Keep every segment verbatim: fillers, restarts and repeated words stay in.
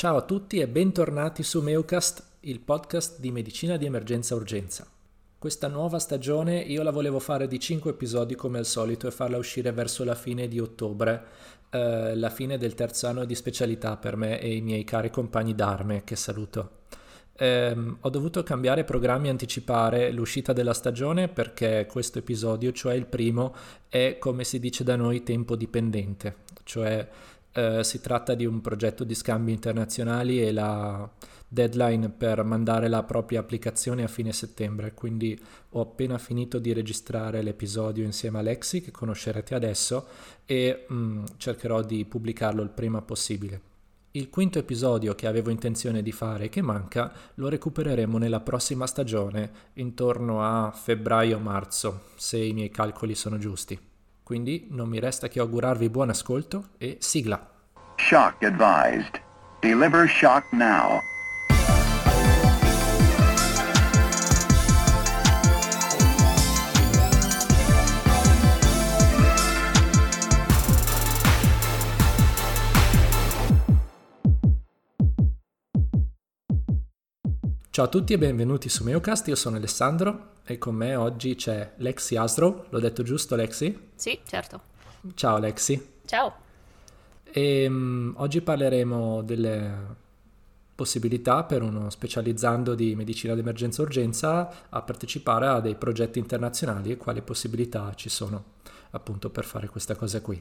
Ciao a tutti e bentornati su Meucast, il podcast di medicina di emergenza urgenza. Questa nuova stagione io la volevo fare di cinque episodi come al solito e farla uscire verso la fine di ottobre, eh, la fine del terzo anno di specialità per me e i miei cari compagni d'arme che saluto. Eh, ho dovuto cambiare programmi e anticipare l'uscita della stagione perché questo episodio, cioè il primo, è come si dice da noi tempo dipendente, cioè eh, si tratta di un progetto di scambi internazionali e la deadline per mandare la propria applicazione a fine settembre, quindi ho appena finito di registrare l'episodio insieme a Lexi che conoscerete adesso e mh, cercherò di pubblicarlo il prima possibile. Il quinto episodio che avevo intenzione di fare e che manca lo recupereremo nella prossima stagione, intorno a febbraio-marzo, se i miei calcoli sono giusti. Quindi non mi resta che augurarvi buon ascolto e sigla! Shock advised. Deliver shock now. Ciao a tutti e benvenuti su Meucast, io sono Alessandro e con me oggi c'è Lexi Asrow, l'ho detto giusto Lexi? Sì, certo. Ciao Lexi. Ciao. E, um, oggi parleremo delle possibilità per uno specializzando di medicina d'emergenza urgenza a partecipare a dei progetti internazionali e quali possibilità ci sono appunto per fare questa cosa qui.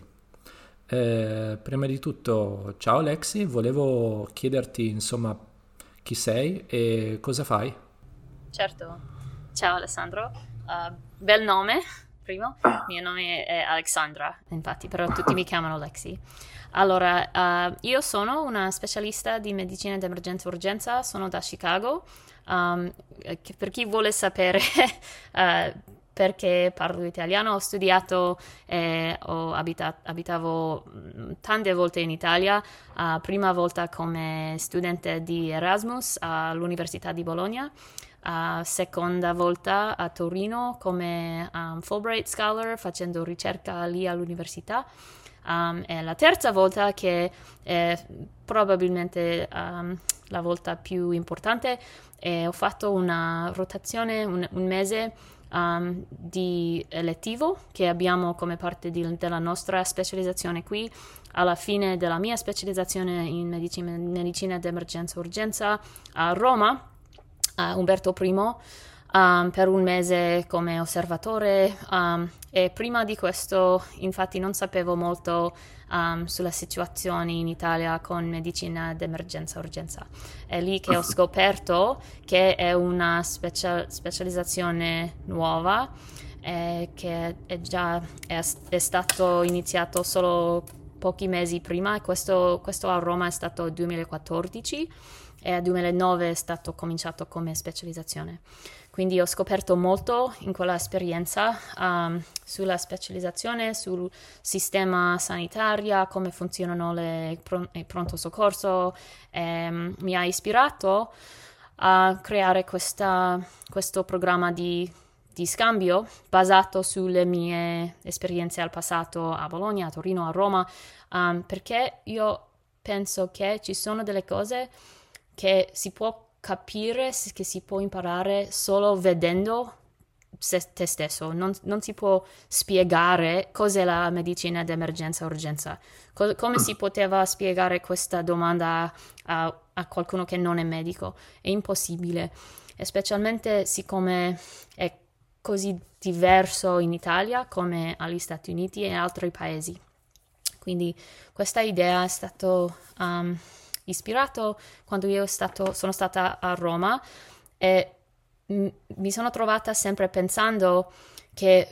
Eh, prima di tutto, ciao Lexi, volevo chiederti insomma chi sei e cosa fai? Certo. Ciao Alessandro. Uh, bel nome, primo. Il mio nome è Alexandra, infatti, però tutti mi chiamano Lexi. Allora, uh, io sono una specialista di medicina d'emergenza urgenza, sono da Chicago. Um, che per chi vuole sapere uh, perché parlo italiano, ho studiato e ho abita- abitavo tante volte in Italia, uh, prima volta come studente di Erasmus all'Università di Bologna, uh, seconda volta a Torino come um, Fulbright Scholar facendo ricerca lì all'università. Um, e la terza volta, che è probabilmente um, la volta più importante, eh, ho fatto una rotazione, un, un mese um, di elettivo che abbiamo come parte di, della nostra specializzazione qui. Alla fine della mia specializzazione in medicina, medicina d'emergenza urgenza a Roma, a Umberto I, Um, per un mese come osservatore um, e prima di questo infatti non sapevo molto um, sulla situazione in Italia con medicina d'emergenza urgenza. È lì che ho scoperto che è una specia- specializzazione nuova e che è già è, è stato iniziato solo pochi mesi prima e questo, questo a Roma è stato nel duemilaquattordici e nel duemilanove è stato cominciato come specializzazione. Quindi ho scoperto molto in quella esperienza um, sulla specializzazione, sul sistema sanitario, come funzionano le pron- il pronto soccorso. E mi ha ispirato a creare questa, questo programma di, di scambio basato sulle mie esperienze al passato a Bologna, a Torino, a Roma, um, perché io penso che ci sono delle cose che si può capire, che si può imparare solo vedendo se, te stesso. Non, non si può spiegare cos'è la medicina d'emergenza urgenza. Co- come si poteva spiegare questa domanda a, a qualcuno che non è medico? È impossibile, e specialmente siccome è così diverso in Italia come agli Stati Uniti e altri paesi. Quindi questa idea è stata um, ispirato quando io stato, sono stata a Roma e m- mi sono trovata sempre pensando che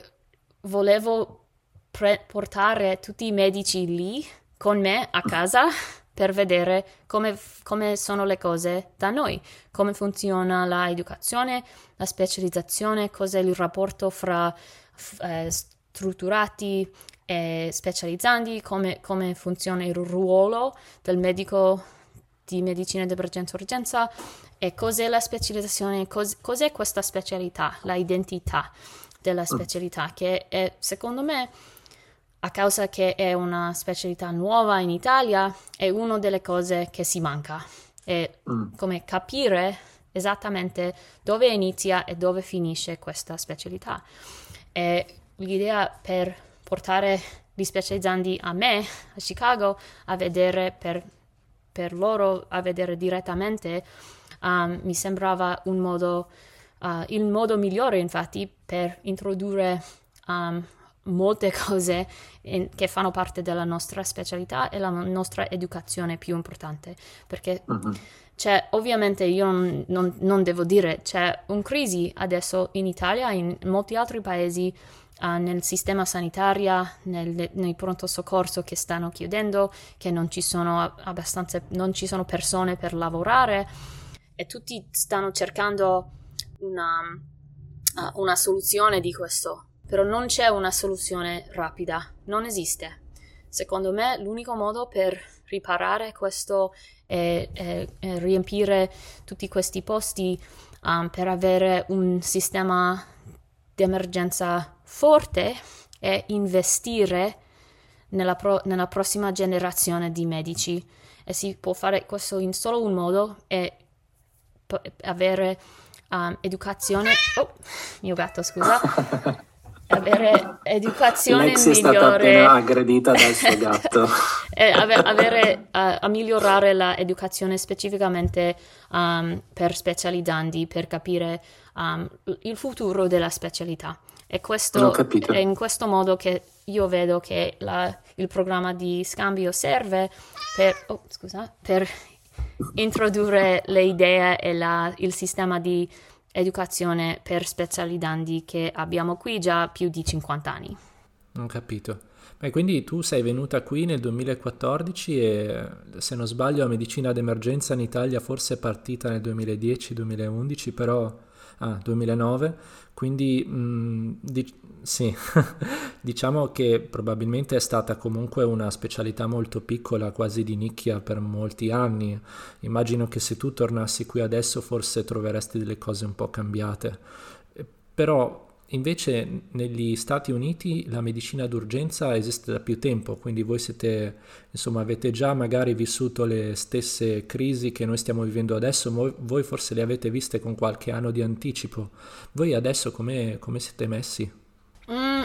volevo pre- portare tutti i medici lì con me a casa per vedere come, come sono le cose da noi, come funziona l'educazione, la specializzazione, cos'è il rapporto fra eh, strutturati e specializzanti, come, come funziona il ruolo del medico di medicina d'emergenza urgenza e cos'è la specializzazione, cos- cos'è questa specialità, la identità della specialità, che è, secondo me a causa che è una specialità nuova in Italia, è una delle cose che si manca. È mm. come capire esattamente dove inizia e dove finisce questa specialità. E l'idea per portare gli specializzandi a me, a Chicago, a vedere per, per loro, a vedere direttamente, um, mi sembrava un modo, uh, il modo migliore, infatti, per introdurre um, molte cose in, che fanno parte della nostra specialità e la nostra educazione più importante, perché uh-huh. c'è, ovviamente io non, non, non devo dire, c'è una crisi adesso in Italia, in molti altri paesi, uh, nel sistema sanitario, nel, nei pronto soccorso che stanno chiudendo, che non ci sono abbastanza, non ci sono persone per lavorare e tutti stanno cercando una, uh, una soluzione di questo. Però non c'è una soluzione rapida, non esiste. Secondo me l'unico modo per riparare questo è, è, è riempire tutti questi posti um, per avere un sistema di emergenza forte e investire nella, pro, nella prossima generazione di medici. E si può fare questo in solo un modo, e p- avere um, educazione... Oh, mio gatto, scusa. Avere educazione Lexi è migliore. stata appena aggredita dal suo gatto. e ave- avere uh, a migliorare l'educazione specificamente um, per specializzandi, per capire um, il futuro della specialità. E questo è in questo modo che io vedo che la, il programma di scambio serve per, oh, scusa, per introdurre le idee e la, il sistema di educazione per specializzandi che abbiamo qui già più di cinquanta anni. Ho capito. Beh, quindi tu sei venuta qui nel duemilaquattordici e, se non sbaglio, la medicina d'emergenza in Italia forse è partita nel duemiladieci duemilaundici, però ah, duemilanove, quindi mh, di, sì, diciamo che probabilmente è stata comunque una specialità molto piccola, quasi di nicchia per molti anni. Immagino che se tu tornassi qui adesso forse troveresti delle cose un po' cambiate. Però invece negli Stati Uniti la medicina d'urgenza esiste da più tempo, quindi voi siete, insomma, avete già magari vissuto le stesse crisi che noi stiamo vivendo adesso, ma voi forse le avete viste con qualche anno di anticipo. Voi adesso come, come siete messi? Mm,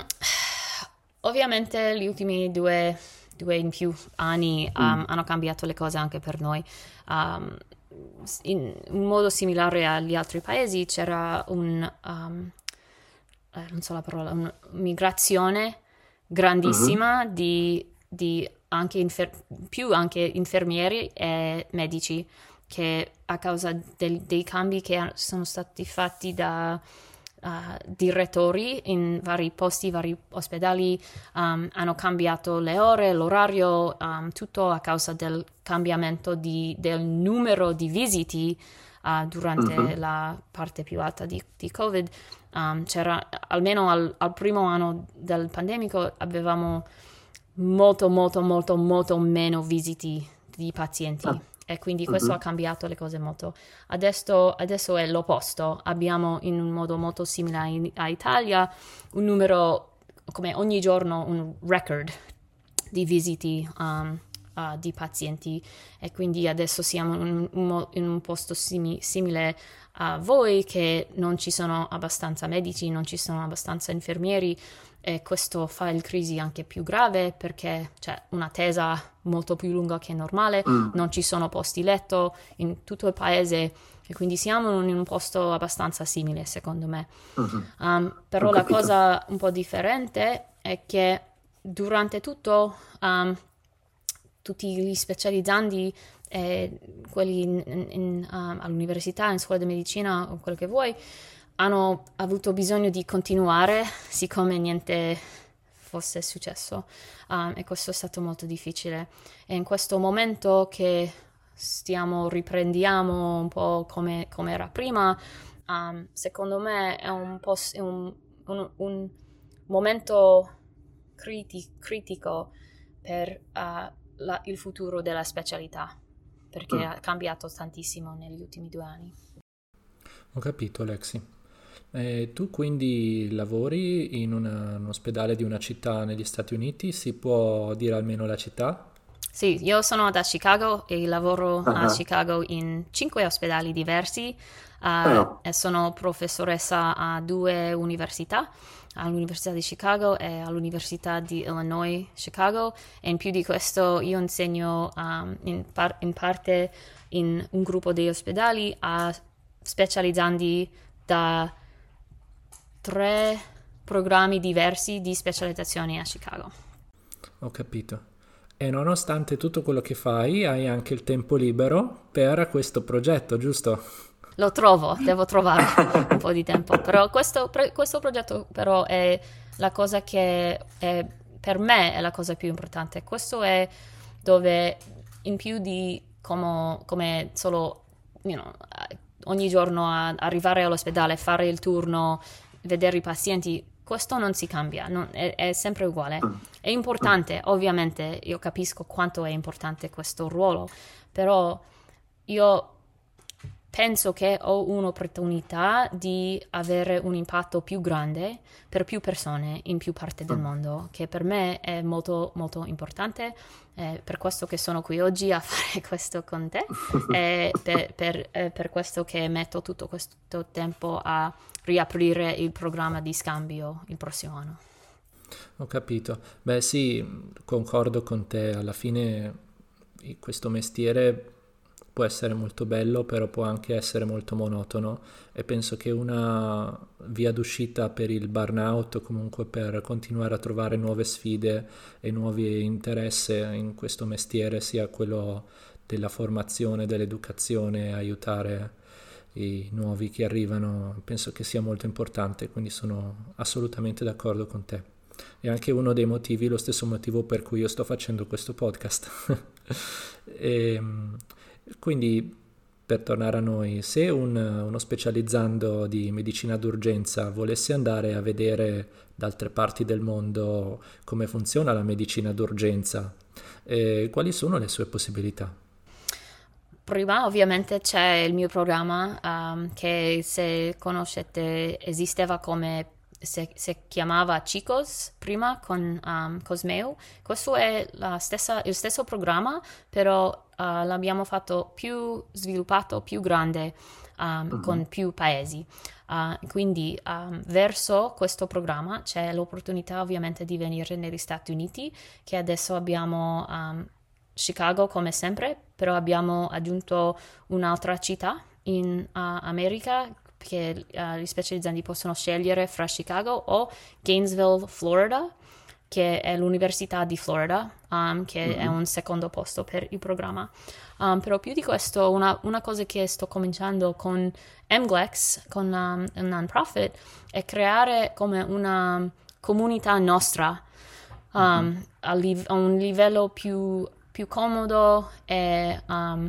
ovviamente gli ultimi due, due in più anni um, mm. hanno cambiato le cose anche per noi. Um, in un modo similare agli altri paesi c'era un... Um, non so la parola, una migrazione grandissima uh-huh. di, di anche infer- più anche infermieri e medici, che a causa del, dei cambi che sono stati fatti da uh, direttori in vari posti, vari ospedali, um, hanno cambiato le ore, l'orario, um, tutto a causa del cambiamento di, del numero di visiti uh, durante uh-huh. la parte più alta di, di Covid. Um, c'era, almeno al, al primo anno del pandemico, avevamo molto, molto, molto, molto meno visiti di pazienti. Ah. E quindi questo uh-huh. ha cambiato le cose molto. Adesso, adesso è l'opposto. Abbiamo in un modo molto simile in, a Italia un numero, come ogni giorno, un record di visiti um, uh, di pazienti. E quindi adesso siamo in un, in un posto simi, simile a voi, che non ci sono abbastanza medici, non ci sono abbastanza infermieri, e questo fa il crisi anche più grave, perché c'è un'attesa molto più lunga che normale, mm. non ci sono posti letto in tutto il paese, e quindi siamo in un posto abbastanza simile, secondo me. Mm-hmm. Um, però la cosa un po' differente è che durante tutto um, tutti gli specializzandi, e quelli in, in, um, all'università, in scuola di medicina o quello che vuoi, hanno avuto bisogno di continuare siccome niente fosse successo, um, e questo è stato molto difficile. E in questo momento che stiamo riprendiamo un po' come, come era prima, um, secondo me è un, po' un, un, un momento criti- critico per uh, la, il futuro della specialità, perché mm. ha cambiato tantissimo negli ultimi due anni. Ho capito, Lexi. E tu quindi lavori in una- un ospedale di una città negli Stati Uniti? Si può dire almeno la città? Sì, io sono da Chicago e lavoro a Ah, Chicago in cinque ospedali diversi, eh, ah, e sono professoressa a due università, all'Università di Chicago e all'Università di Illinois Chicago, e in più di questo io insegno um, in, par- in parte in un gruppo di ospedali a specializzandi da tre programmi diversi di specializzazione a Chicago. Ho capito. E nonostante tutto quello che fai, hai anche il tempo libero per questo progetto, giusto? Lo trovo, devo trovare un po' di tempo, però questo, pre- questo progetto però è la cosa che è, per me è la cosa più importante. Questo è dove in più di come, come solo, you know, ogni giorno a- arrivare all'ospedale, fare il turno, vedere i pazienti, questo non si cambia, non- è, è sempre uguale. È importante, ovviamente, io capisco quanto è importante questo ruolo, però io penso che ho un'opportunità di avere un impatto più grande per più persone in più parti del mondo, che per me è molto molto importante. È per questo che sono qui oggi a fare questo con te, e per, per- eh, per questo che metto tutto questo tempo a riaprire il programma di scambio il prossimo anno. Ho capito. Beh, sì, concordo con te. Alla fine i- questo mestiere può essere molto bello, però può anche essere molto monotono e penso che una via d'uscita per il burnout o comunque per continuare a trovare nuove sfide e nuovi interessi in questo mestiere sia quello della formazione, dell'educazione, aiutare i nuovi che arrivano, penso che sia molto importante, quindi sono assolutamente d'accordo con te. È anche uno dei motivi, lo stesso motivo per cui io sto facendo questo podcast. E, quindi, per tornare a noi, se un- uno specializzando di medicina d'urgenza volesse andare a vedere da altre parti del mondo come funziona la medicina d'urgenza, eh, quali sono le sue possibilità? Prima ovviamente c'è il mio programma, um, che se conoscete esisteva come si, si chiamava Chicos prima con um, Cosmeo. Questo è la stessa- il stesso programma, però uh, l'abbiamo fatto più sviluppato, più grande, um, con più paesi. Uh, quindi um, verso questo programma c'è l'opportunità ovviamente di venire negli Stati Uniti, che adesso abbiamo um, Chicago come sempre, però abbiamo aggiunto un'altra città in uh, America che uh, gli specializzanti possono scegliere fra Chicago o Gainesville, Florida, che è l'Università di Florida, um, che è un secondo posto per il programma. Um, però più di questo, una, una cosa che sto cominciando con M G L E X, con um, un non-profit, è creare come una comunità nostra, um, a, liv- a un livello più, più comodo e um,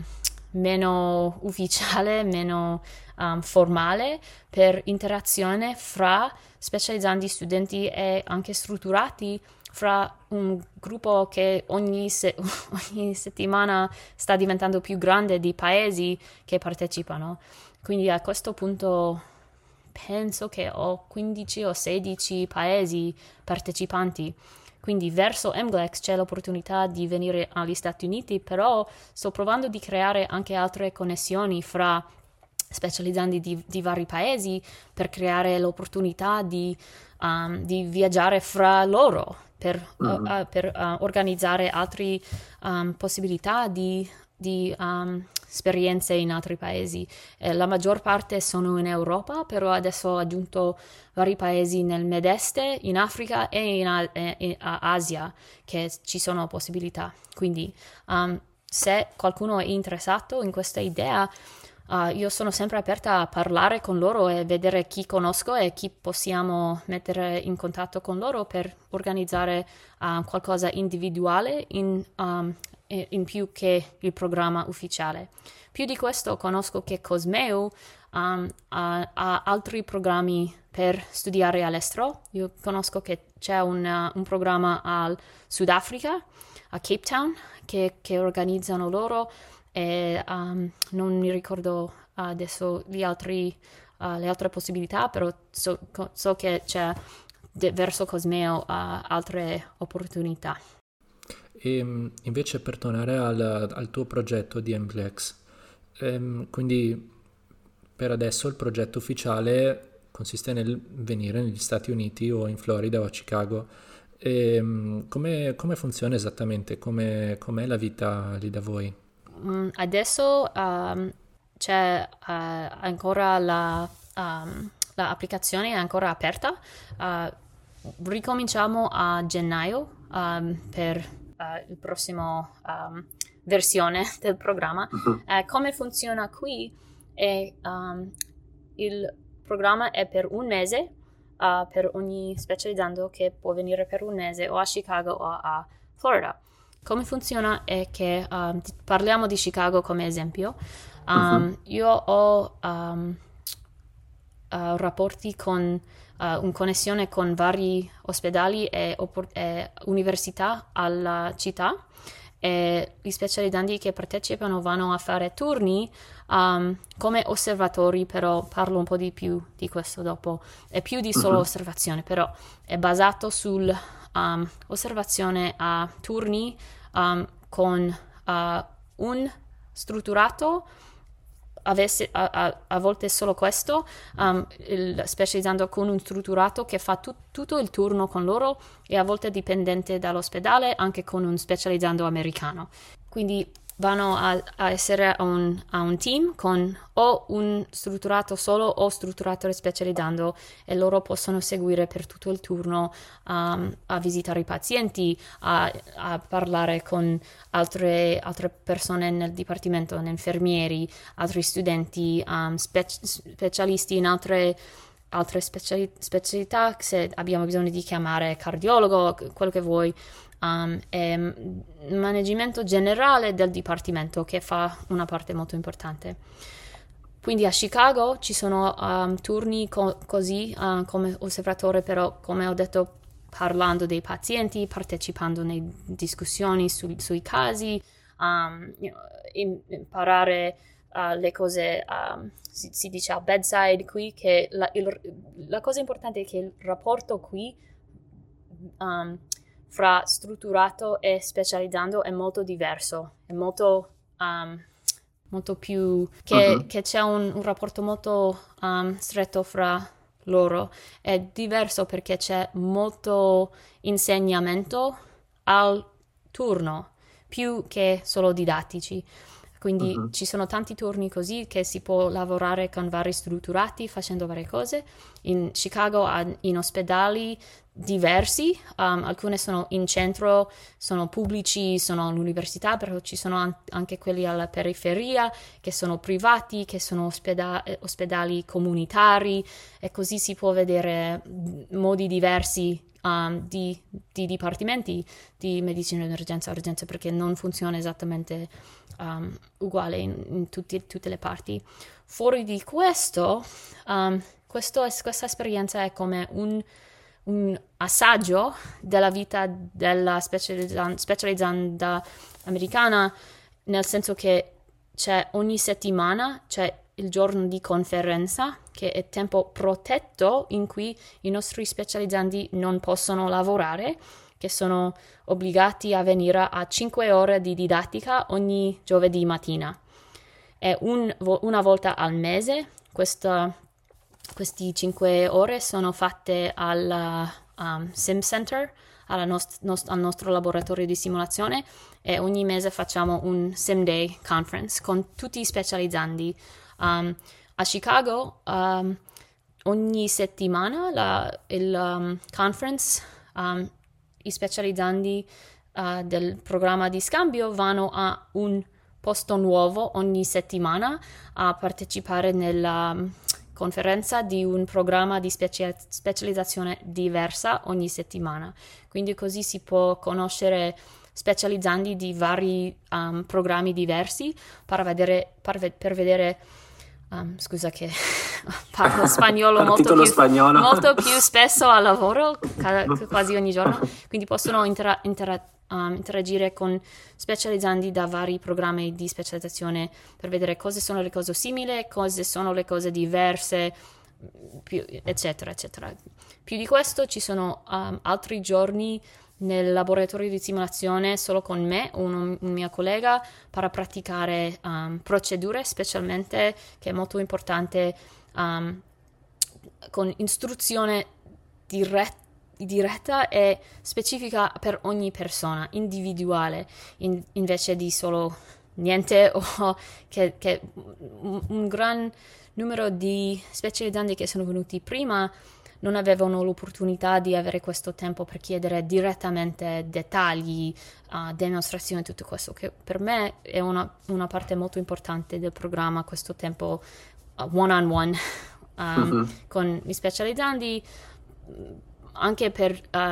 meno ufficiale, meno um, formale, per interazione fra specializzanti, studenti e anche strutturati fra un gruppo che ogni, se- ogni settimana sta diventando più grande di paesi che partecipano. Quindi a questo punto penso che ho quindici o sedici paesi partecipanti. Quindi verso M G L E X c'è l'opportunità di venire agli Stati Uniti, però sto provando di creare anche altre connessioni fra specializzanti di, di vari paesi per creare l'opportunità di, um, di viaggiare fra loro, per, uh, uh, per uh, organizzare altre um, possibilità di, di um, esperienze in altri paesi. Eh, la maggior parte sono in Europa, però adesso ho aggiunto vari paesi nel Med-Est, in Africa e in, A- e- in Asia, che ci sono possibilità. Quindi um, se qualcuno è interessato in questa idea, Uh, io sono sempre aperta a parlare con loro e vedere chi conosco e chi possiamo mettere in contatto con loro per organizzare uh, qualcosa individuale in, um, in più che il programma ufficiale. Più di questo conosco che Cosmeo um, ha, ha altri programmi per studiare all'estero. Io conosco che c'è un, uh, un programma al Sudafrica, a Cape Town, che, che organizzano loro. E um, non mi ricordo adesso gli altri uh, le altre possibilità, però so, so che c'è de- verso Cosmeo uh, altre opportunità. E invece per tornare al, al tuo progetto di Emblex, ehm, quindi per adesso il progetto ufficiale consiste nel venire negli Stati Uniti o in Florida o a Chicago. E, come, come funziona esattamente? Come, com'è la vita lì da voi? Mm, adesso um, c'è uh, ancora la, um, l'applicazione è ancora aperta. Uh, ricominciamo a gennaio um, per Uh, il prossimo um, versione del programma. Uh-huh. Uh, come funziona qui è um, il programma è per un mese uh, per ogni specializzando che può venire per un mese o a Chicago o a Florida. Come funziona è che um, parliamo di Chicago come esempio. Um, uh-huh. Io ho um, uh, rapporti con Uh, una connessione con vari ospedali e, oppor- e università alla città, e gli specializzandi che partecipano vanno a fare turni um, come osservatori, però parlo un po' di più di questo dopo. È più di solo uh-huh. osservazione, però è basato sul um, osservazione a turni um, con uh, un strutturato. Avesse, a, a, a volte solo questo, um, il, specializzando con un strutturato che fa tu, tutto il turno con loro, e a volte dipendente dall'ospedale anche con un specializzando americano. Quindi vanno a, a essere a un, a un team con o un strutturato solo o strutturato specializzando, e loro possono seguire per tutto il turno um, a visitare i pazienti, a, a parlare con altre, altre persone nel dipartimento, infermieri, altri studenti, um, spe- specialisti in altre altre speciali- specialità, se abbiamo bisogno di chiamare cardiologo, quello che vuoi. Um, e management generale del dipartimento, che fa una parte molto importante. Quindi a Chicago ci sono um, turni co- così uh, come osservatore, però come ho detto parlando dei pazienti, partecipando nelle discussioni su- sui casi, um, imparare uh, le cose, um, si, si dice al bedside qui, che la, il, la cosa importante è che il rapporto qui um, fra strutturato e specializzando è molto diverso, è molto, um, molto più, che, uh-huh. che c'è un, un rapporto molto um, stretto fra loro. È diverso perché c'è molto insegnamento al turno, più che solo didattici. Quindi uh-huh. ci sono tanti turni così che si può lavorare con vari strutturati facendo varie cose. In Chicago, in ospedali diversi, um, alcune sono in centro, sono pubblici, sono all'università, però ci sono an- anche quelli alla periferia che sono privati, che sono ospeda- ospedali comunitari, e così si può vedere modi diversi um, di, di dipartimenti di medicina di emergenza e urgenza, perché non funziona esattamente um, uguale in, in tutti, tutte le parti. Fuori di questo, um, questo è, questa esperienza è come un un assaggio della vita della specializzanda, specializzanda americana, nel senso che c'è ogni settimana c'è il giorno di conferenza, che è tempo protetto in cui i nostri specializzandi non possono lavorare, che sono obbligati a venire a cinque ore di didattica ogni giovedì mattina. È un, una volta al mese. Questa Queste cinque ore sono fatte al um, Sim Center, alla nost- nost- al nostro laboratorio di simulazione, e ogni mese facciamo un Sim Day Conference con tutti i specializzandi. Um, a Chicago um, ogni settimana la, il um, conference, um, i specializzandi uh, del programma di scambio vanno a un posto nuovo ogni settimana a partecipare nella conferenza di un programma di specia- specializzazione diversa ogni settimana. Quindi così si può conoscere specializzandi di vari um, programmi diversi per vedere, per, ve- per vedere um, scusa che parlo spagnolo, molto più, spagnolo. molto più spesso al lavoro, ca- quasi ogni giorno, quindi possono intera- intera- um, interagire con specializzandi da vari programmi di specializzazione per vedere cosa sono le cose simili, cosa sono le cose diverse, più, eccetera, eccetera. Più di questo ci sono um, altri giorni nel laboratorio di simulazione solo con me, un, un mio collega, per praticare um, procedure, specialmente, che è molto importante, um, con istruzione diretta diretta e specifica per ogni persona, individuale, in, invece di solo niente o che, che un, un gran numero di specializzandi che sono venuti prima non avevano l'opportunità di avere questo tempo per chiedere direttamente dettagli, uh, dimostrazioni, tutto questo, che per me è una, una parte molto importante del programma, questo tempo uh, one-on-one um, uh-huh. con gli specializzandi, anche per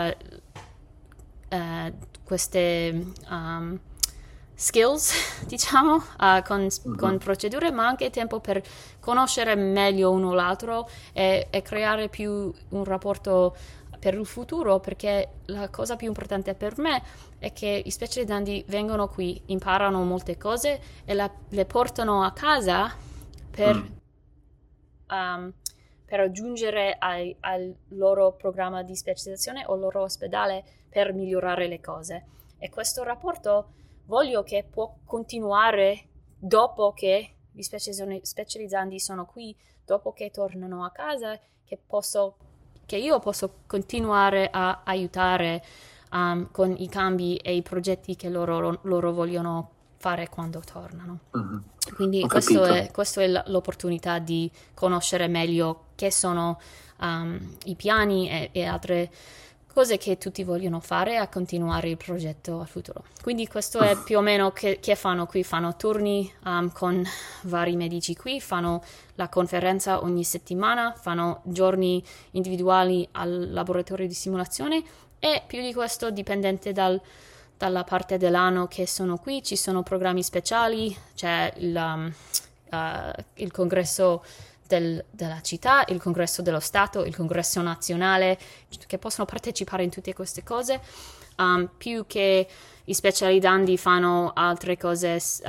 uh, uh, queste um, skills, diciamo, uh, con, uh-huh. con procedure, ma anche tempo per conoscere meglio uno l'altro e, e creare più un rapporto per il futuro, perché la cosa più importante per me è che i specializzandi vengono qui, imparano molte cose e la, le portano a casa per... Mm. Um, per aggiungere ai, al loro programma di specializzazione o al loro ospedale per migliorare le cose. E questo rapporto voglio che può continuare dopo che gli specializzandi sono qui, dopo che tornano a casa, che, posso, che io posso continuare a aiutare um, con i cambi e i progetti che loro, loro vogliono fare quando tornano. Uh-huh. Quindi questo è, questo è l'opportunità di conoscere meglio che sono um, i piani e, e altre cose che tutti vogliono fare a continuare il progetto al futuro. Quindi questo è più o meno che, che fanno qui, fanno turni um, con vari medici qui, fanno la conferenza ogni settimana, fanno giorni individuali al laboratorio di simulazione e più di questo dipendente dal dalla parte dell'anno che sono qui, ci sono programmi speciali, c'è il, um, uh, il congresso del, della città, il congresso dello Stato, il congresso nazionale, che possono partecipare in tutte queste cose, um, più che i specializzandi fanno altre cose uh,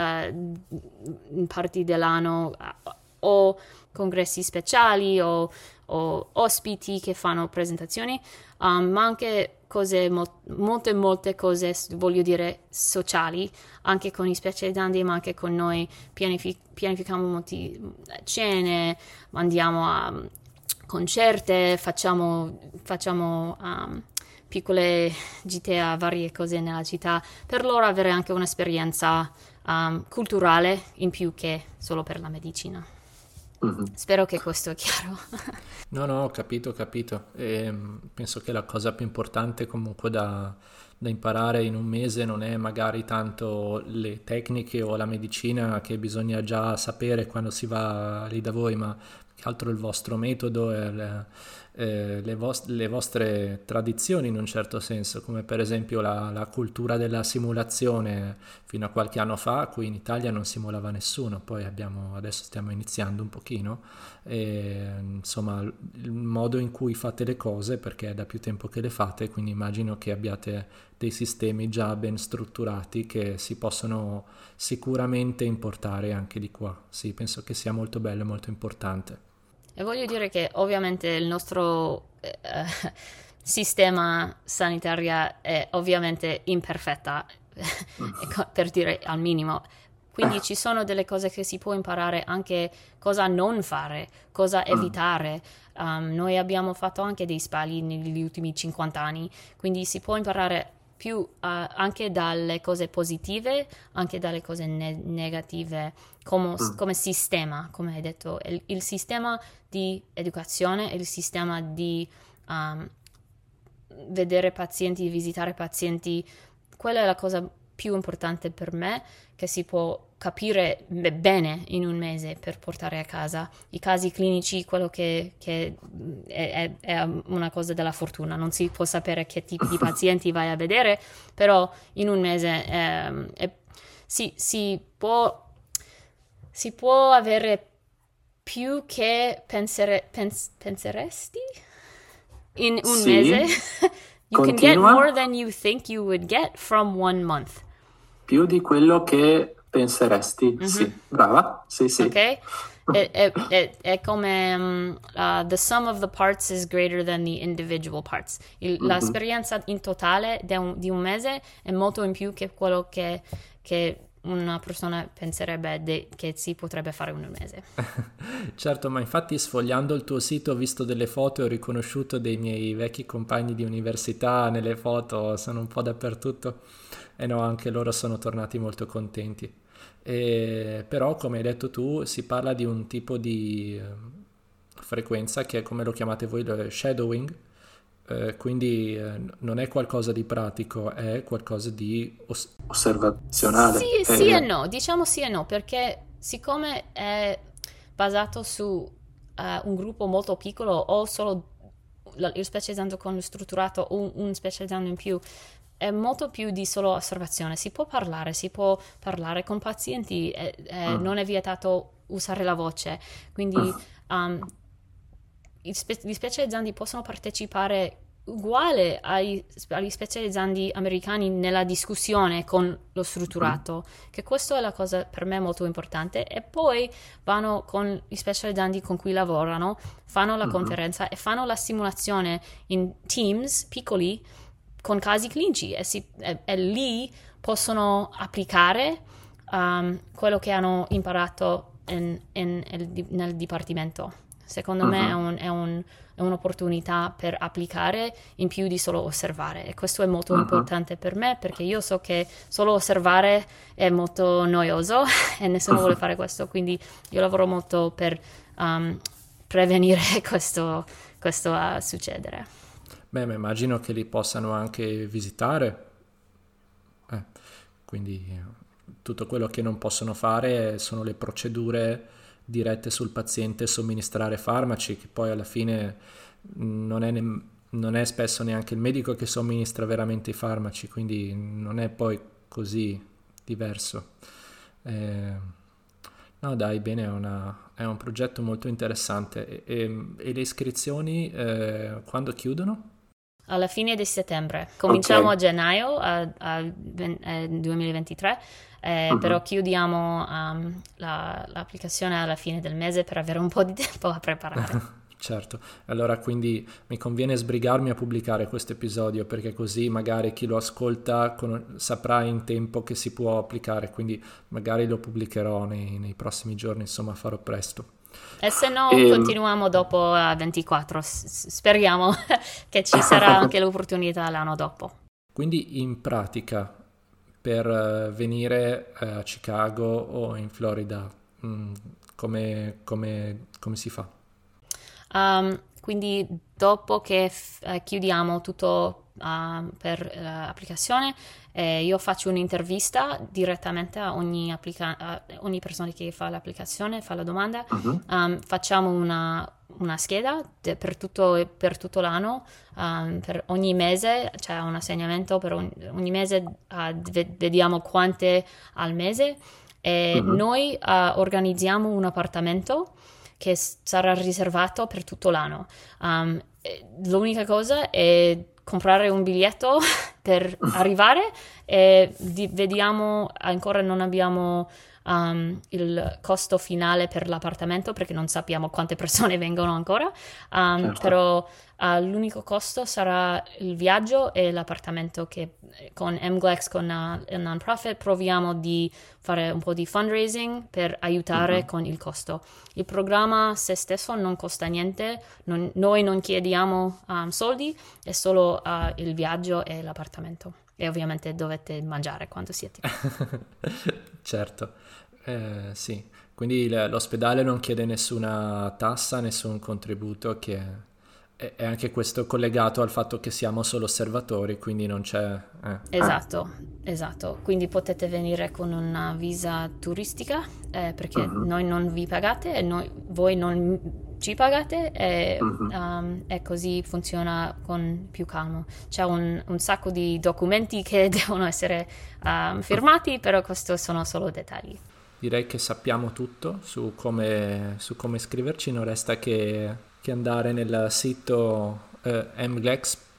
in parti dell'anno, uh, o congressi speciali o, o ospiti che fanno presentazioni, um, ma anche cose, mo- molte molte cose, voglio dire, sociali, anche con i specializzandi, ma anche con noi. Pianific- pianifichiamo molti cene, andiamo a um, concerti, facciamo, facciamo um, piccole gite a varie cose nella città, per loro avere anche un'esperienza um, culturale in più che solo per la medicina. Mm-hmm. Spero che questo è chiaro. No, no, ho capito, ho capito. E penso che la cosa più importante comunque da, da imparare in un mese non è magari tanto le tecniche o la medicina che bisogna già sapere quando si va lì da voi, ma più che altro il vostro metodo e le, eh, le, vost- le vostre tradizioni in un certo senso, come per esempio la, la cultura della simulazione. Fino a qualche anno fa qui in Italia non simulava nessuno, poi abbiamo, adesso stiamo iniziando un pochino, e, insomma il modo in cui fate le cose, perché è da più tempo che le fate, quindi immagino che abbiate dei sistemi già ben strutturati che si possono sicuramente importare anche di qua. Sì, penso che sia molto bello e molto importante. E voglio dire che ovviamente il nostro eh, sistema sanitario è ovviamente imperfetta, per dire al minimo. Quindi ci sono delle cose che si può imparare, anche cosa non fare, cosa evitare. Um, noi abbiamo fatto anche dei sbagli negli ultimi cinquanta anni, quindi si può imparare più uh, anche dalle cose positive, anche dalle cose ne- negative, come, mm. come sistema, come hai detto. Il, il sistema di educazione, il sistema di um, vedere pazienti, visitare pazienti, quella è la cosa più importante per me, che si può capire bene in un mese per portare a casa. I casi clinici, quello che, che è, è, è una cosa della fortuna, non si può sapere che tipi di pazienti vai a vedere, però in un mese eh, è, si, si, può, si può avere più che pensere, pens, penseresti in un sì. mese You can get Continua. more than you think you would get from one month. Più di quello che penseresti. Mhm. Sì, brava. Sì, sì. Ok? È, è- è- è come um, uh, the sum of the parts is greater than the individual parts. Il- Mhm. L'esperienza in totale di un, di un mese è molto in più che quello che, che una persona penserebbe de- che si potrebbe fare in un mese. Certo, ma infatti sfogliando il tuo sito ho visto delle foto e ho riconosciuto dei miei vecchi compagni di università nelle foto, sono un po' dappertutto e no, anche loro sono tornati molto contenti. E, però, come hai detto tu, si parla di un tipo di eh, frequenza che è come lo chiamate voi, lo shadowing, eh, quindi eh, non è qualcosa di pratico, è qualcosa di os- Osservazionale. Sì, sì Eh, e no, diciamo sì e no, perché siccome è basato su eh, un gruppo molto piccolo o solo la- il specializzando con lo strutturato o un, un specializzando in più, è molto più di solo osservazione. Si può parlare, si può parlare con pazienti, eh, eh, Mm. non è vietato usare la voce, quindi um, i spe- gli specializzandi possono partecipare uguale ai- agli specializzandi americani nella discussione con lo strutturato, che questo è la cosa per me molto importante, e poi vanno con gli specializzandi con cui lavorano, fanno la Mhm. conferenza e fanno la simulazione in teams piccoli con casi clinici e, si- e- e lì possono applicare um, quello che hanno imparato in- in- nel, nel dipartimento. Secondo me è, Mhm. un- è un- è un'opportunità per applicare in più di solo osservare, e questo è molto Mhm. importante per me perché io so che solo osservare è molto noioso e nessuno vuole fare questo, quindi io lavoro molto per um, prevenire questo, questo a succedere. Beh, ma immagino che li possano anche visitare. Eh, quindi eh, tutto quello che non possono fare sono le procedure dirette sul paziente, somministrare farmaci, che poi alla fine mh, non è, nem- non è spesso neanche il medico che somministra veramente i farmaci, quindi non è poi così diverso. Eh, no, dai, bene, è, una- è un progetto molto interessante. E, e- e le iscrizioni eh, quando chiudono? Alla fine di settembre. Cominciamo Ok. a gennaio a, a ven- eh, duemilaventitré, eh, Mhm. però chiudiamo um, la- l'applicazione alla fine del mese per avere un po' di tempo a preparare. Certo, allora quindi mi conviene sbrigarmi a pubblicare questo episodio perché così magari chi lo ascolta con- saprà in tempo che si può applicare, quindi magari lo pubblicherò nei, nei prossimi giorni, insomma farò presto. E se no, Ehm. continuiamo dopo a ventiquattro. S- s- speriamo che ci sarà anche l'opportunità l'anno dopo. Quindi in pratica per eh, venire eh, a Chicago o in Florida, mh, come, come- come si fa? Um, quindi dopo che f- eh, chiudiamo tutto um, per eh, applicazione, eh, io faccio un'intervista direttamente a ogni, applica- a ogni persona che fa l'applicazione, fa la domanda. Mhm. Um, facciamo una, una scheda de- per tutto, per tutto l'anno, um, per ogni mese c'è un assegnamento, per ogni, ogni mese uh, ve- vediamo quante al mese, e Mhm. noi uh, organizziamo un appartamento che s- sarà riservato per tutto l'anno. Um, eh, l'unica cosa è comprare un biglietto per arrivare, e di- vediamo, ancora non abbiamo um, il costo finale per l'appartamento perché non sappiamo quante persone vengono ancora. Um, Certo. però uh, l'unico costo sarà il viaggio e l'appartamento, che con M G L E X, con uh, il non-profit, proviamo di fare un po' di fundraising per aiutare Mhm. con il costo. Il programma se stesso non costa niente, non- noi non chiediamo um, soldi, è solo uh, il viaggio e l'appartamento. E ovviamente dovete mangiare quando siete qui. Certo, eh, sì, quindi il- l'ospedale non chiede nessuna tassa, nessun contributo, che è, è anche questo collegato al fatto che siamo solo osservatori, quindi non c'è... eh. Esatto, esatto. Quindi potete venire con una visa turistica, eh, perché Mhm. noi non vi pagate e noi, voi non ci pagate, e, Mhm. um, e così funziona con più calmo. C'è un, un sacco di documenti che devono essere um, firmati, però questi sono solo dettagli. Direi che sappiamo tutto su come, su come iscriverci, non resta che, che andare nel sito eh, m g l e x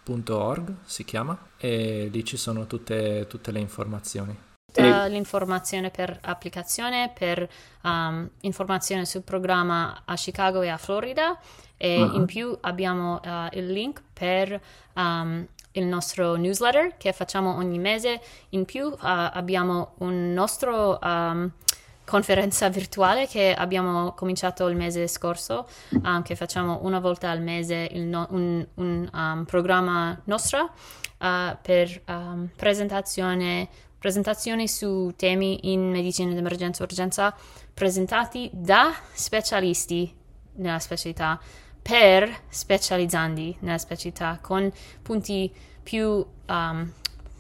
punto org si chiama, e lì ci sono tutte, tutte le informazioni. Tutta l'informazione per applicazione, per um, informazione sul programma a Chicago e a Florida, e uh-huh. in più abbiamo uh, il link per um, il nostro newsletter che facciamo ogni mese. In più uh, abbiamo un nostro um, conferenza virtuale che abbiamo cominciato il mese scorso, um, che facciamo una volta al mese il no- un, un um, programma nostro uh, per um, presentazione presentazioni su temi in medicina d'emergenza e urgenza presentati da specialisti nella specialità per specializzandi nella specialità, con punti più um,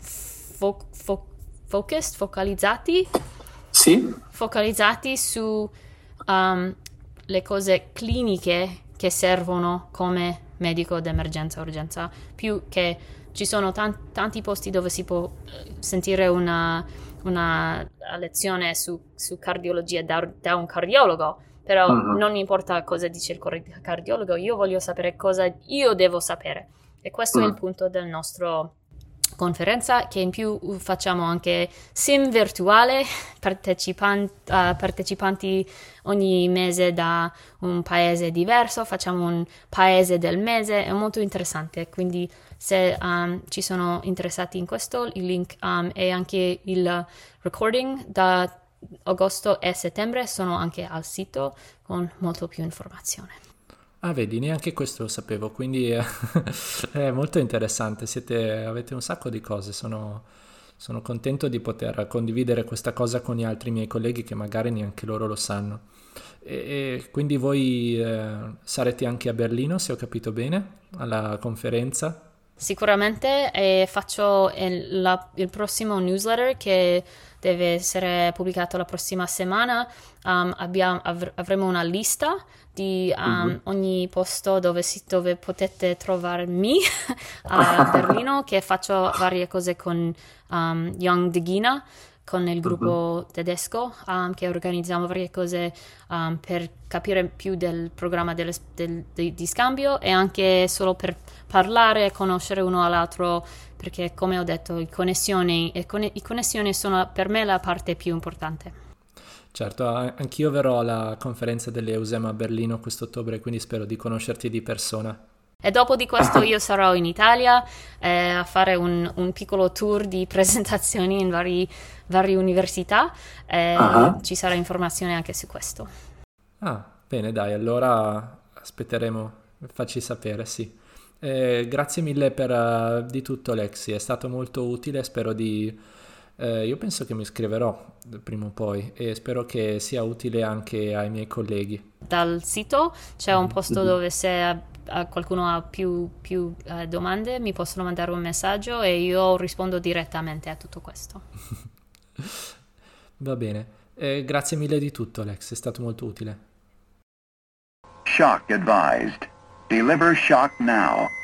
fo- fo- focused, focalizzati Sì. focalizzati su um, le cose cliniche che servono come medico d'emergenza e urgenza, più che ci sono tan- tanti posti dove si può sentire una, una lezione su, su cardiologia da, da un cardiologo, però uh-huh. non mi importa cosa dice il cardiologo, io voglio sapere cosa io devo sapere. E questo uh-huh. è il punto del nostro conferenza, che in più facciamo anche sim virtuale, partecipan- uh, partecipanti ogni mese da un paese diverso, facciamo un paese del mese, è molto interessante, quindi se um, ci sono interessati in questo, il link um, e anche il recording da agosto e settembre sono anche al sito con molto più informazione. Ah, vedi, neanche questo lo sapevo, quindi è, è molto interessante. Siete, avete un sacco di cose, sono, sono contento di poter condividere questa cosa con gli altri miei colleghi che magari neanche loro lo sanno. E, e quindi voi eh, sarete anche a Berlino, se ho capito bene, alla conferenza? Sicuramente, e faccio il, la, il prossimo newsletter che deve essere pubblicato la prossima settimana. Um, abbiamo, av- avremo una lista di um, uh-huh. ogni posto dove, si, dove potete trovarmi a Berlino, che faccio varie cose con um, Young Degina, con il gruppo uh-huh. tedesco, um, che organizziamo varie cose um, per capire più del programma del, del, di, di scambio, e anche solo per parlare e conoscere uno all'altro, perché come ho detto i connessioni, e con, i connessioni sono per me la parte più importante. Certo, anch'io verrò alla conferenza delle EUSEM a Berlino quest'ottobre, quindi spero di conoscerti di persona. E dopo di questo io sarò in Italia eh, a fare un, un piccolo tour di presentazioni in vari, varie università, e uh-huh. ci sarà informazione anche su questo. Ah, bene, dai, allora aspetteremo, facci sapere, sì. Eh, grazie mille per uh, di tutto, Lexi, è stato molto utile, spero di... Eh, io penso che mi iscriverò prima o poi, e spero che sia utile anche ai miei colleghi. Dal sito c'è un posto dove se qualcuno ha più, più uh, domande mi possono mandare un messaggio e io rispondo direttamente a tutto questo. Va bene, eh, grazie mille di tutto, Alex, è stato molto utile. Shock advised. Deliver shock now.